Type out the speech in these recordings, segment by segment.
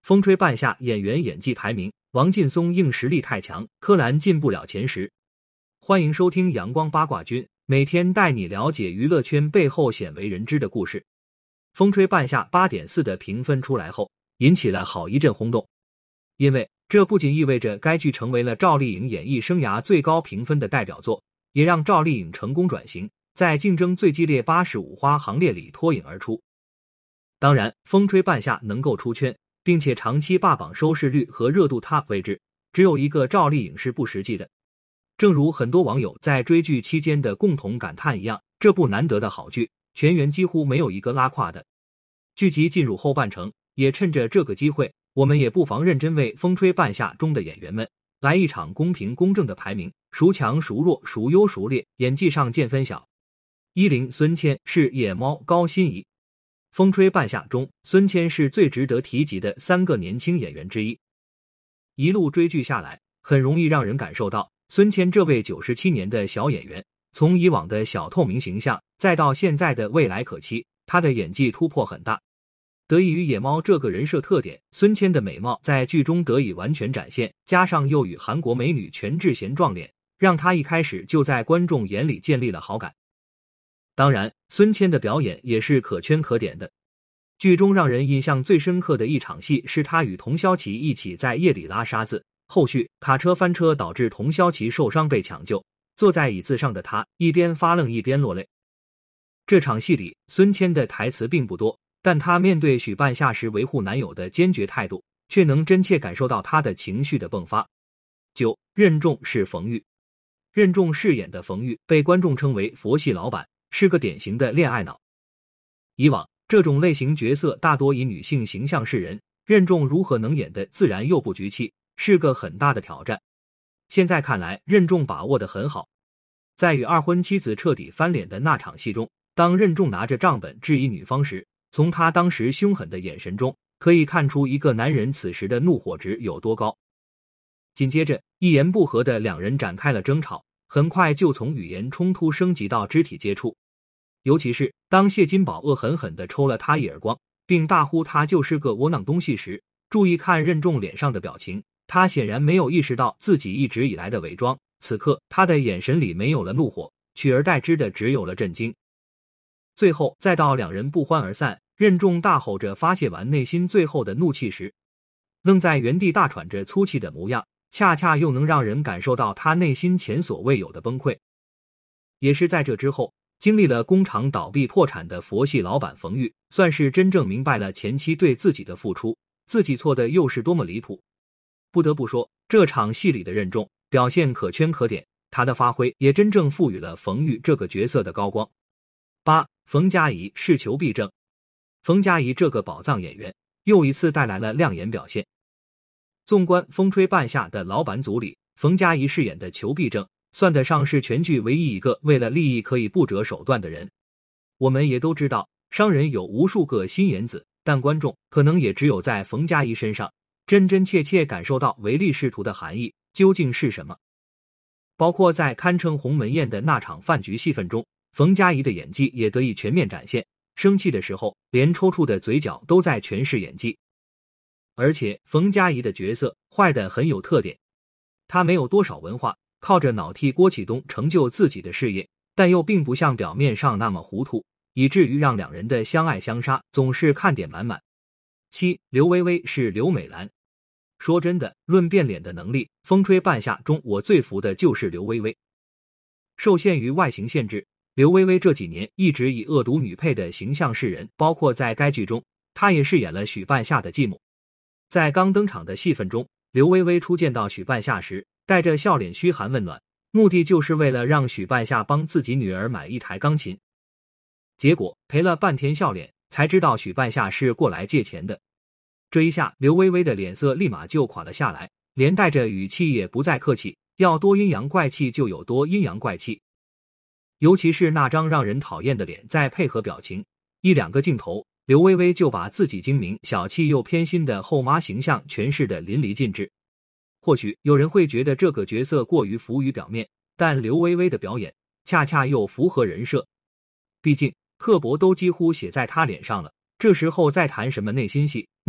风吹半夏演员演技排名，王劲松硬实力太强，柯蓝进不了前10。欢迎收听阳光八卦君，每天带你了解娱乐圈背后鲜为人知的故事。风吹半夏 8.4 的评分出来后，引起了好一阵轰动。因为这不仅意味着该剧成为了赵丽颖演艺生涯最高评分的代表作，也让赵丽颖成功转型，在竞争最激烈85花行列里脱颖而出。当然，风吹半夏能够出圈，并且长期霸榜收视率和热度 top 位置，只有一个赵丽颖是不实际的。正如很多网友在追剧期间的共同感叹一样，这部难得的好剧，全员几乎没有一个拉胯的。剧集进入后半程，也趁着这个机会，我们也不妨认真为风吹半夏中的演员们来一场公平公正的排名，孰强孰弱，孰优孰劣，演技上见分晓。10孙谦是野猫高欣怡。风吹半夏中，孙谦是最值得提及的3个年轻演员之一。一路追剧下来，很容易让人感受到孙谦这位97年的小演员，从以往的小透明形象，再到现在的未来可期，他的演技突破很大。得益于野猫这个人设特点，孙谦的美貌在剧中得以完全展现，加上又与韩国美女全智贤撞脸，让他一开始就在观众眼里建立了好感。当然，孙谦的表演也是可圈可点的。剧中让人印象最深刻的一场戏是他与童潇齐一起在夜里拉沙子，后续卡车翻车导致童潇齐受伤被抢救，坐在椅子上的他一边发愣一边落泪。这场戏里，孙谦的台词并不多，但他面对许半夏时维护男友的坚决态度，却能真切感受到他的情绪的迸发。9任重是冯玉。任重饰演的冯玉被观众称为佛系老板，是个典型的恋爱脑。以往这种类型角色大多以女性形象示人，任重如何能演得自然又不局气，是个很大的挑战。现在看来，任重把握得很好。在与二婚妻子彻底翻脸的那场戏中，当任重拿着账本质疑女方时，从他当时凶狠的眼神中，可以看出一个男人此时的怒火值有多高。紧接着，一言不合的两人展开了争吵，很快就从语言冲突升级到肢体接触。尤其是当谢金宝恶狠狠地抽了他一耳光，并大呼他就是个窝囊东西时，注意看任重脸上的表情，他显然没有意识到自己一直以来的伪装，此刻他的眼神里没有了怒火，取而代之的只有了震惊。最后再到两人不欢而散，任重大吼着发泄完内心最后的怒气时，愣在原地大喘着粗气的模样，恰恰又能让人感受到他内心前所未有的崩溃。也是在这之后，经历了工厂倒闭破产的佛系老板冯玉，算是真正明白了前妻对自己的付出，自己错的又是多么离谱。不得不说，这场戏里的任重表现可圈可点，他的发挥也真正赋予了冯玉这个角色的高光。8冯佳怡是求必正。冯佳怡这个宝藏演员又一次带来了亮眼表现。纵观风吹半夏的老板组里，冯佳怡饰演的裘必正算得上是全剧唯一一个为了利益可以不择手段的人。我们也都知道，商人有无数个心眼子，但观众可能也只有在冯佳怡身上真真切切感受到唯利是图的含义究竟是什么。包括在堪称鸿门宴的那场饭局戏份中，冯佳怡的演技也得以全面展现，生气的时候连抽搐的嘴角都在诠释演技。而且冯佳怡的角色坏得很有特点，她没有多少文化，靠着脑替郭启东成就自己的事业，但又并不像表面上那么糊涂，以至于让两人的相爱相杀总是看点满满。7刘薇薇是刘美兰。说真的，论变脸的能力，风吹半夏中我最服的就是刘薇薇。受限于外形限制，刘薇薇这几年一直以恶毒女配的形象示人，包括在该剧中，她也饰演了许半夏的继母。在刚登场的戏份中，刘薇薇初见到许半夏时，带着笑脸嘘寒问暖，目的就是为了让许半夏帮自己女儿买一台钢琴。结果赔了半天笑脸，才知道许半夏是过来借钱的。这一下，刘薇薇的脸色立马就垮了下来，连带着语气也不再客气，要多阴阳怪气就有多阴阳怪气。尤其是那张让人讨厌的脸，再配合表情，1-2个镜头，刘薇薇就把自己精明、小气又偏心的后妈形象诠释得淋漓尽致。或许有人会觉得这个角色过于浮于表面，但刘薇薇的表演恰恰又符合人设。毕竟刻薄都几乎写在她脸上了，这时候再谈什么内心戏，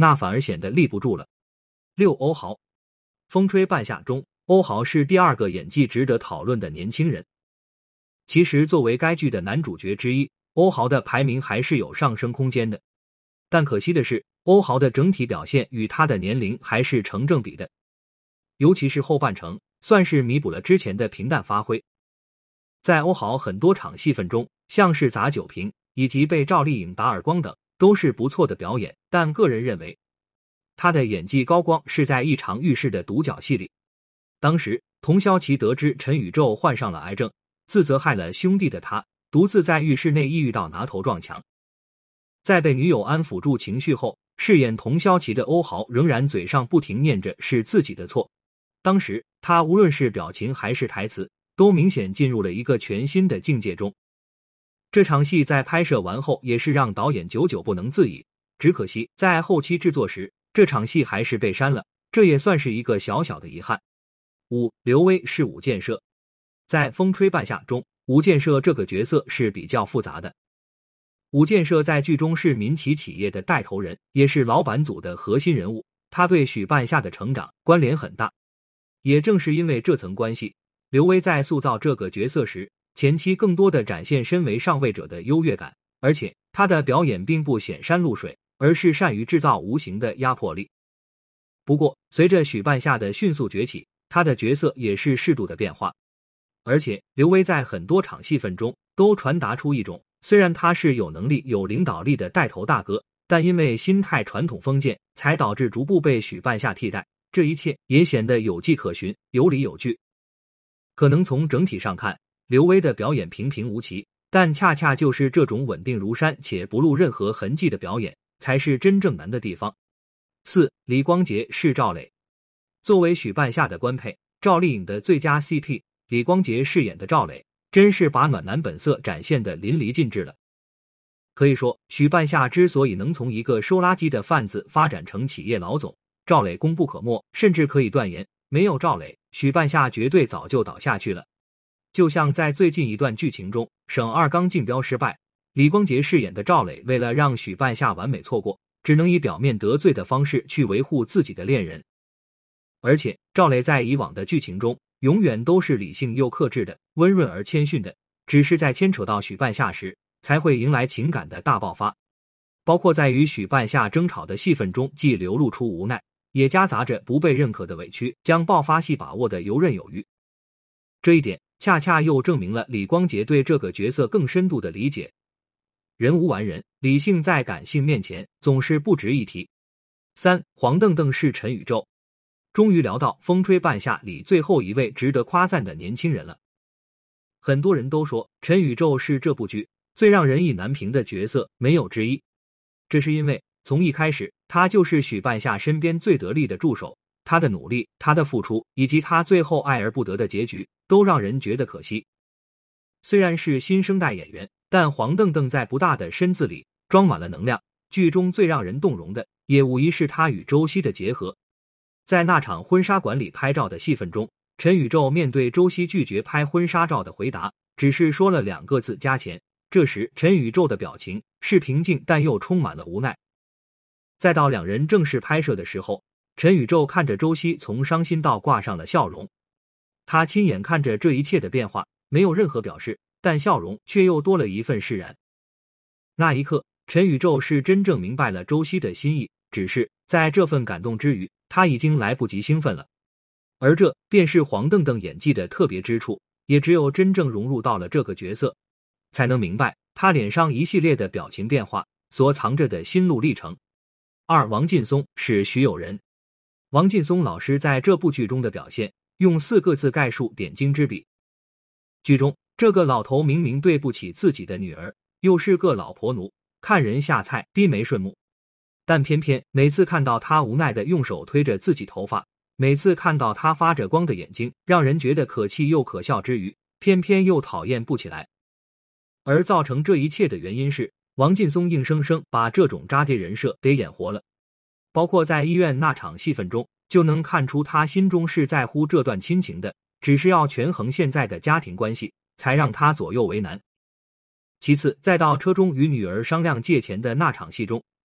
那反而显得立不住了。6. 欧豪，风吹半夏中，欧豪是第二个演技值得讨论的年轻人。其实作为该剧的男主角之一，欧豪的排名还是有上升空间的。但可惜的是，欧豪的整体表现与他的年龄还是成正比的，尤其是后半程，算是弥补了之前的平淡发挥。在欧豪很多场戏份中，像是砸酒瓶以及被赵丽颖打耳光等，都是不错的表演，但个人认为他的演技高光是在一场浴室的独角戏里。当时佟潇琪得知陈宇宙患上了癌症，自责害了兄弟的他，独自在浴室内抑郁到拿头撞墙。在被女友安抚住情绪后，饰演佟潇琪的欧豪仍然嘴上不停念着是自己的错。当时他无论是表情还是台词，都明显进入了一个全新的境界中。这场戏在拍摄完后也是让导演久久不能自已，只可惜在后期制作时，这场戏还是被删了，这也算是一个小小的遗憾。5. 刘威是武建设，在风吹半夏中，武建设这个角色是比较复杂的。武建设在剧中是民企企业的带头人，也是老板组的核心人物，他对许半夏的成长关联很大。也正是因为这层关系，刘威在塑造这个角色时，前期更多的展现身为上位者的优越感，而且他的表演并不显山露水，而是善于制造无形的压迫力。不过随着许半夏的迅速崛起，他的角色也是适度的变化，而且刘威在很多场戏份中都传达出一种虽然他是有能力有领导力的带头大哥，但因为心态传统封建，才导致逐步被许半夏替代，这一切也显得有迹可循，有理有据。可能从整体上看，刘威的表演平平无奇，但恰恰就是这种稳定如山且不露任何痕迹的表演，才是真正难的地方。4. 李光洁是赵磊，作为许半夏的官配，赵丽颖的最佳 CP， 李光洁饰演的赵磊真是把暖男本色展现得淋漓尽致了。可以说，许半夏之所以能从一个收垃圾的贩子发展成企业老总，赵磊功不可没，甚至可以断言，没有赵磊，许半夏绝对早就倒下去了。就像在最近一段剧情中，省二刚竞标失败，李光洁饰演的赵磊为了让许半夏完美错过，只能以表面得罪的方式去维护自己的恋人。而且赵磊在以往的剧情中永远都是理性又克制的，温润而谦逊的，只是在牵扯到许半夏时才会迎来情感的大爆发。包括在与许半夏争吵的戏份中，既流露出无奈，也夹杂着不被认可的委屈，将爆发戏把握得游刃有余。这一点恰恰又证明了李光洁对这个角色更深度的理解。人无完人，理性在感性面前总是不值一提。3. 黄澄澄是陈宇宙，终于聊到风吹半夏里最后一位值得夸赞的年轻人了。很多人都说陈宇宙是这部剧最让人意难平的角色，没有之一。这是因为从一开始他就是许半夏身边最得力的助手，他的努力，他的付出，以及他最后爱而不得的结局，都让人觉得可惜。虽然是新生代演员，但黄澄澄在不大的身子里装满了能量。剧中最让人动容的，也无疑是他与周曦的结合。在那场婚纱馆里拍照的戏份中，陈宇宙面对周曦拒绝拍婚纱照的回答，只是说了2个字加钱。这时陈宇宙的表情是平静但又充满了无奈。再到2人正式拍摄的时候，陈宇宙看着周曦从伤心到挂上了笑容，他亲眼看着这一切的变化，没有任何表示，但笑容却又多了一份释然。那一刻，陈宇宙是真正明白了周曦的心意，只是在这份感动之余，他已经来不及兴奋了。而这便是黄澄澄演技的特别之处，也只有真正融入到了这个角色，才能明白他脸上一系列的表情变化所藏着的心路历程。2. 王劲松是徐有仁，王劲松老师在这部剧中的表现，用4个字概述点睛之笔。剧中这个老头明明对不起自己的女儿，又是个老婆奴，看人下菜低眉顺目，但偏偏每次看到他无奈地用手推着自己头发，每次看到他发着光的眼睛，让人觉得可气又可笑之余，偏偏又讨厌不起来。而造成这一切的原因是王劲松硬生生把这种渣爹人设给演活了。包括在医院那场戏份中，就能看出他心中是在乎这段亲情的，只是要权衡现在的家庭关系，才让他左右为难。其次，再到车中与女儿商量借钱的那场戏中，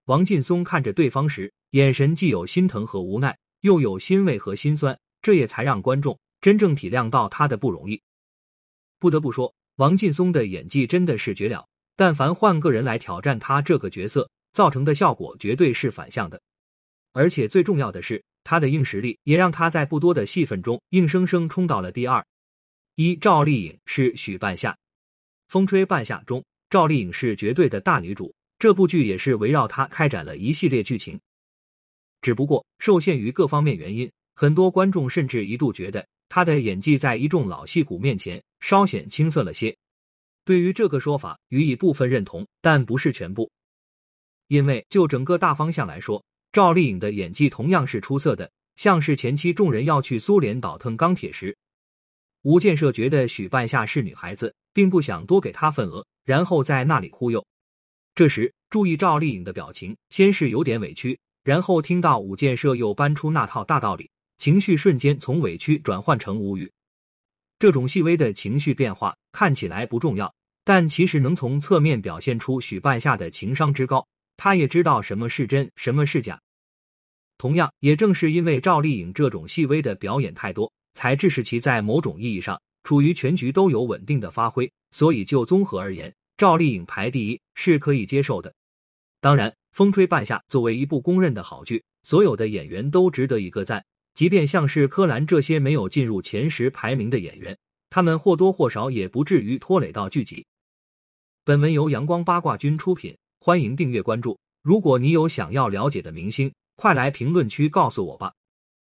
王劲松看着对方时，眼神既有心疼和无奈，又有欣慰和心酸，这也才让观众真正体谅到他的不容易。不得不说，王劲松的演技真的是绝了，但凡换个人来挑战他这个角色，造成的效果绝对是反向的。而且最重要的是，他的硬实力也让他在不多的戏份中硬生生冲到了第二。赵丽颖是许半夏，《风吹半夏》中，赵丽颖是绝对的大女主，这部剧也是围绕她开展了一系列剧情。只不过受限于各方面原因，很多观众甚至一度觉得她的演技在一众老戏骨面前稍显青涩了些。对于这个说法予以部分认同，但不是全部。因为就整个大方向来说，赵丽颖的演技同样是出色的，像是前期众人要去苏联倒腾钢铁时，吴建设觉得许半夏是女孩子，并不想多给她份额，然后在那里忽悠。这时注意赵丽颖的表情，先是有点委屈，然后听到吴建设又搬出那套大道理，情绪瞬间从委屈转换成无语。这种细微的情绪变化看起来不重要，但其实能从侧面表现出许半夏的情商之高，她也知道什么是真，什么是假。同样，也正是因为赵丽颖这种细微的表演太多，才致使其在某种意义上处于全局都有稳定的发挥，所以就综合而言，赵丽颖排第一是可以接受的。当然，《风吹半夏》作为一部公认的好剧，所有的演员都值得一个赞，即便像是柯蓝这些没有进入前10排名的演员，他们或多或少也不至于拖累到剧集。本文由阳光八卦君出品，欢迎订阅关注。如果你有想要了解的明星，快来评论区告诉我吧。